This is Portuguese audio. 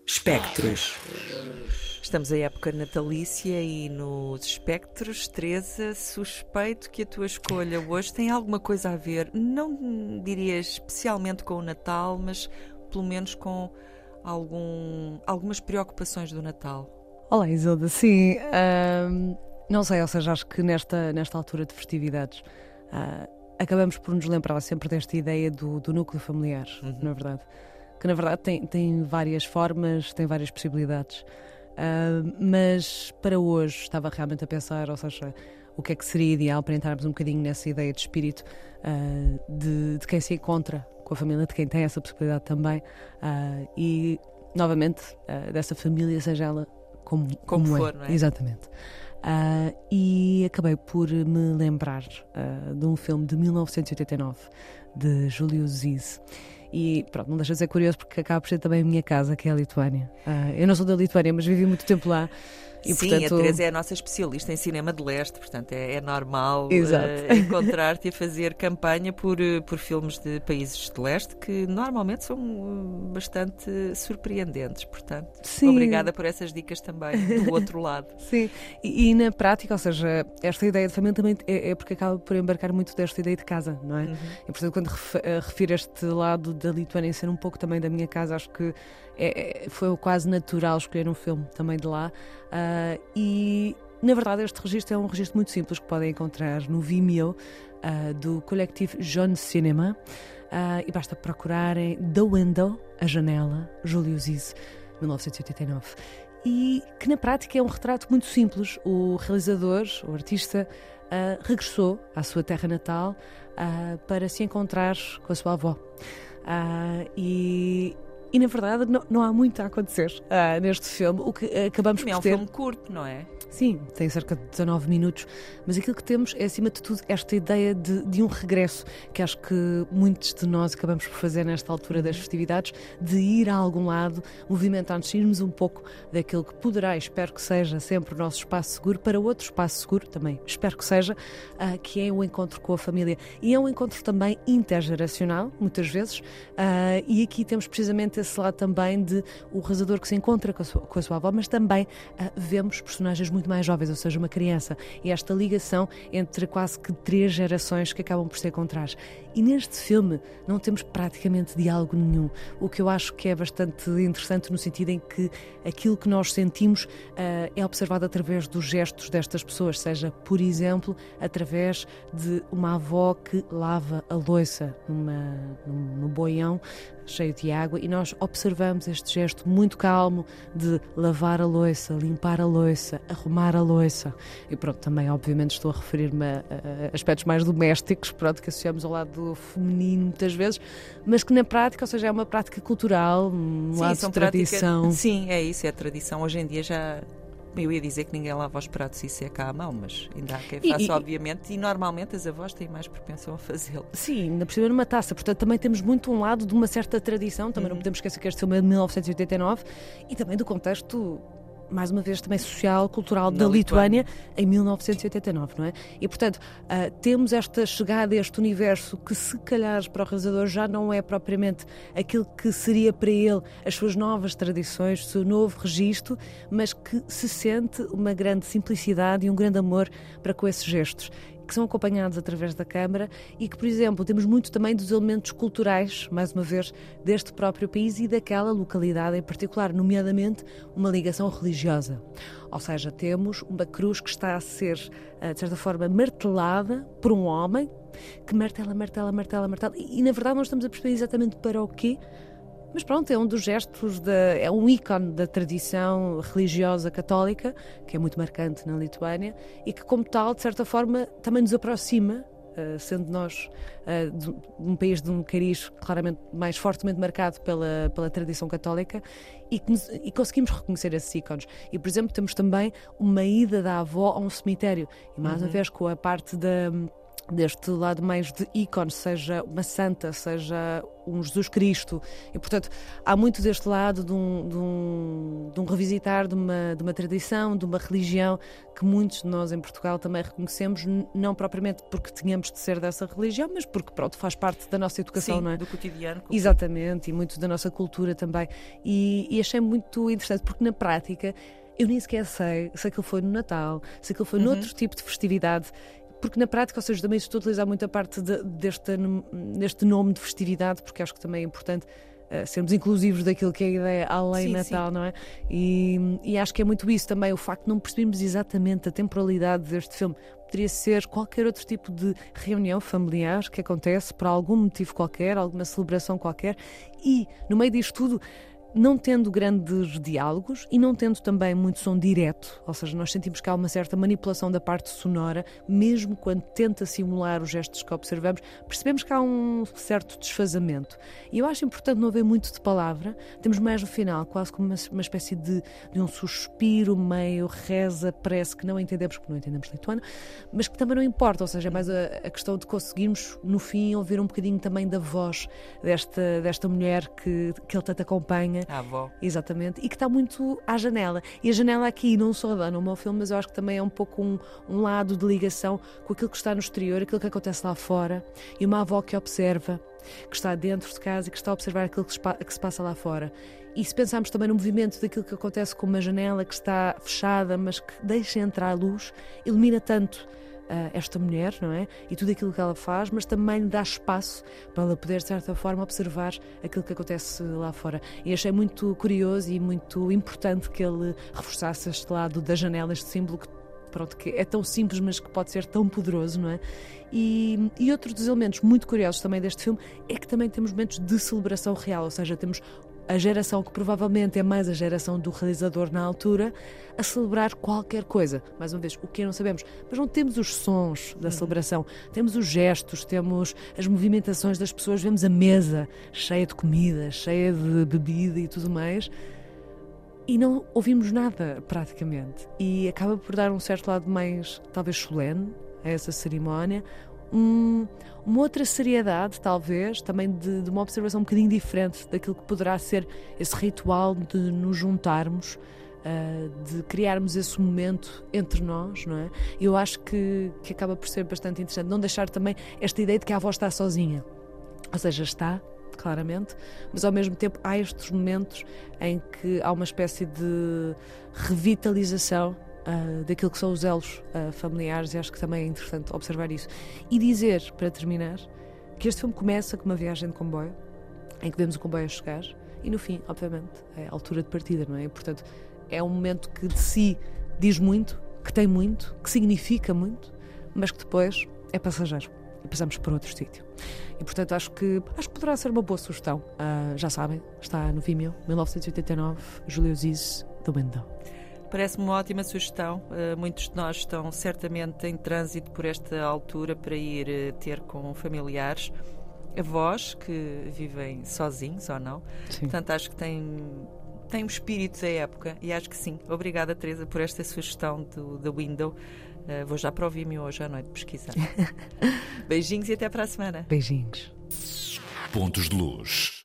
Espectros. Estamos em época natalícia e nos espectros, Teresa, suspeito que a tua escolha hoje tem alguma coisa a ver, não diria especialmente com o Natal, mas pelo menos com algumas preocupações do Natal. Olá, Isilda. Sim, não sei, ou seja, acho que nesta altura de festividades acabamos por nos lembrar sempre desta ideia do núcleo familiar, na verdade. Que na verdade tem várias formas, tem várias possibilidades. Mas para hoje estava realmente a pensar, ou seja, o que é que seria ideal para entrarmos um bocadinho nessa ideia de espírito de quem se encontra com a família, de quem tem essa possibilidade também, e novamente dessa família, seja ela como for, é. Não é? Exatamente. E acabei por me lembrar de um filme de 1989 de Júlio Ziz. E pronto, não deixa de ser curioso porque acaba por ser também a minha casa, que é a Lituânia. Eu não sou da Lituânia, mas vivi muito tempo lá. E, sim, portanto... a Teresa é a nossa especialista em cinema de leste, portanto é normal encontrar-te a fazer campanha por filmes de países de leste que normalmente são bastante surpreendentes, portanto sim. Obrigada por essas dicas também do outro lado. Sim, e na prática, ou seja, esta ideia de família também é porque acaba por embarcar muito desta ideia de casa, não é? E portanto quando refiro este lado da Lituânia ser um pouco também da minha casa, acho que foi quase natural escolher um filme também de lá. E na verdade este registro é um registro muito simples que podem encontrar no Vimeo do coletivo Jeune Cinema, e basta procurarem The Window, a janela, Júlio Ziz, 1989, e que na prática é um retrato muito simples. O realizador, o artista, regressou à sua terra natal para se encontrar com a sua avó, e na verdade não há muito a acontecer neste filme, o que acabamos por ter... É um filme curto, não é? Sim, tem cerca de 19 minutos, mas aquilo que temos é, acima de tudo, esta ideia de um regresso, que acho que muitos de nós acabamos por fazer nesta altura das festividades, de ir a algum lado, movimentar-nos, irmos um pouco daquilo que poderá, espero que seja sempre o nosso espaço seguro, para outro espaço seguro também, espero que seja, que é o encontro com a família. E é um encontro também intergeracional, muitas vezes, e aqui temos precisamente esse lado também de o realizador que se encontra com a sua avó, mas também vemos personagens muito mais jovens, ou seja, uma criança, e esta ligação entre quase que 3 gerações que acabam por se encontrar. E neste filme não temos praticamente diálogo nenhum, o que eu acho que é bastante interessante no sentido em que aquilo que nós sentimos é observado através dos gestos destas pessoas, seja, por exemplo, através de uma avó que lava a louça no boião cheio de água, e nós observamos este gesto muito calmo de lavar a louça, limpar a louça, arrumar a louça. E pronto, também obviamente estou a referir-me a aspectos mais domésticos, pronto, que associamos ao lado feminino muitas vezes, mas que na prática, ou seja, é uma prática cultural, lado de tradição. Sim, é isso, é a tradição. Hoje em dia já... Eu ia dizer que ninguém lava os pratos e seca à mão, mas ainda há quem faça, obviamente, e normalmente as avós têm mais propensão a fazê-lo. Sim, ainda por cima numa taça, portanto também temos muito um lado de uma certa tradição, também não podemos esquecer que este filme é de 1989, e também do contexto, mais uma vez, também social, cultural da Lituânia, em 1989, não é? E, portanto, temos esta chegada a este universo que, se calhar, para o realizador já não é propriamente aquilo que seria para ele as suas novas tradições, o seu novo registro, mas que se sente uma grande simplicidade e um grande amor para com esses gestos, que são acompanhados através da câmara, e que, por exemplo, temos muito também dos elementos culturais, mais uma vez, deste próprio país e daquela localidade em particular, nomeadamente uma ligação religiosa. Ou seja, temos uma cruz que está a ser, de certa forma, martelada por um homem que martela, e na verdade não estamos a perceber exatamente para o quê. Mas pronto, é um dos gestos, é um ícone da tradição religiosa católica, que é muito marcante na Lituânia, e que, como tal, de certa forma, também nos aproxima, sendo nós de um país de um cariz claramente mais fortemente marcado pela tradição católica, e conseguimos reconhecer esses ícones. E, por exemplo, temos também uma ida da avó a um cemitério, e mais uma vez com a parte deste lado mais de ícone, seja uma santa, seja um Jesus Cristo, e portanto há muito deste lado de um de um revisitar de uma tradição, de uma religião que muitos de nós em Portugal também reconhecemos, não propriamente porque tínhamos de ser dessa religião, mas porque, pronto, faz parte da nossa educação, sim, não é? Do cotidiano. Exatamente, e muito da nossa cultura também. E achei muito interessante, porque na prática eu nem sequer sei se aquilo foi no Natal, se aquilo foi noutro tipo de festividade. Porque na prática, ou seja, também estou a utilizar muita parte deste nome de festividade, porque acho que também é importante sermos inclusivos daquilo que é a ideia além Natal, não é? E acho que é muito isso também, o facto de não percebermos exatamente a temporalidade deste filme. Poderia ser qualquer outro tipo de reunião familiar que acontece por algum motivo qualquer, alguma celebração qualquer, e no meio disto tudo, não tendo grandes diálogos e não tendo também muito som direto, ou seja, nós sentimos que há uma certa manipulação da parte sonora, mesmo quando tenta simular os gestos que observamos, percebemos que há um certo desfazamento. E eu acho importante não haver muito de palavra, temos mais no final, quase como uma espécie de um suspiro meio reza, prece, que não entendemos, porque não entendemos lituano, mas que também não importa, ou seja, é mais a questão de conseguirmos, no fim, ouvir um bocadinho também da voz desta mulher que ele tanto acompanha. A avó. Exatamente, e que está muito à janela. E a janela aqui não só dá no meu filme, mas eu acho que também é um pouco um lado de ligação com aquilo que está no exterior, aquilo que acontece lá fora, e uma avó que observa, que está dentro de casa e que está a observar aquilo que se passa lá fora. E se pensarmos também no movimento daquilo que acontece com uma janela que está fechada, mas que deixa entrar a luz, ilumina tanto esta mulher, não é? E tudo aquilo que ela faz, mas também lhe dá espaço para ela poder, de certa forma, observar aquilo que acontece lá fora. E achei muito curioso e muito importante que ele reforçasse este lado da janela, este símbolo que é tão simples, mas que pode ser tão poderoso, não é? E outro dos elementos muito curiosos também deste filme é que também temos momentos de celebração real, ou seja, temos a geração que provavelmente é mais a geração do realizador na altura a celebrar qualquer coisa. Mais uma vez, o que não sabemos. Mas não temos os sons da celebração, temos os gestos, temos as movimentações das pessoas, vemos a mesa cheia de comida, cheia de bebida e tudo mais, e não ouvimos nada praticamente. E acaba por dar um certo lado mais, talvez, solene a essa cerimónia. Uma outra seriedade, talvez, também de uma observação um bocadinho diferente daquilo que poderá ser esse ritual de nos juntarmos, de criarmos esse momento entre nós, não é? Eu acho que acaba por ser bastante interessante não deixar também esta ideia de que a avó está sozinha, ou seja, está claramente, mas ao mesmo tempo há estes momentos em que há uma espécie de revitalização daquilo que são os elos familiares, e acho que também é interessante observar isso. E dizer, para terminar, que este filme começa com uma viagem de comboio, em que vemos o comboio a chegar, e no fim, obviamente, é a altura de partida, não é? E, portanto, é um momento que de si diz muito, que tem muito, que significa muito, mas que depois é passageiro e passamos para outro sítio. E, portanto, acho que poderá ser uma boa sugestão. Já sabem, está no Vimeo, 1989, Julius Ziz, The Window. Parece-me uma ótima sugestão. Muitos de nós estão certamente em trânsito por esta altura para ir ter com familiares, avós que vivem sozinhos ou não. Sim. Portanto, acho que tem um espírito da época, e acho que sim. Obrigada, Teresa, por esta sugestão do The Window. Vou já para o Vimeo hoje à noite pesquisar. Beijinhos e até para a semana. Beijinhos. Pontos de Luz.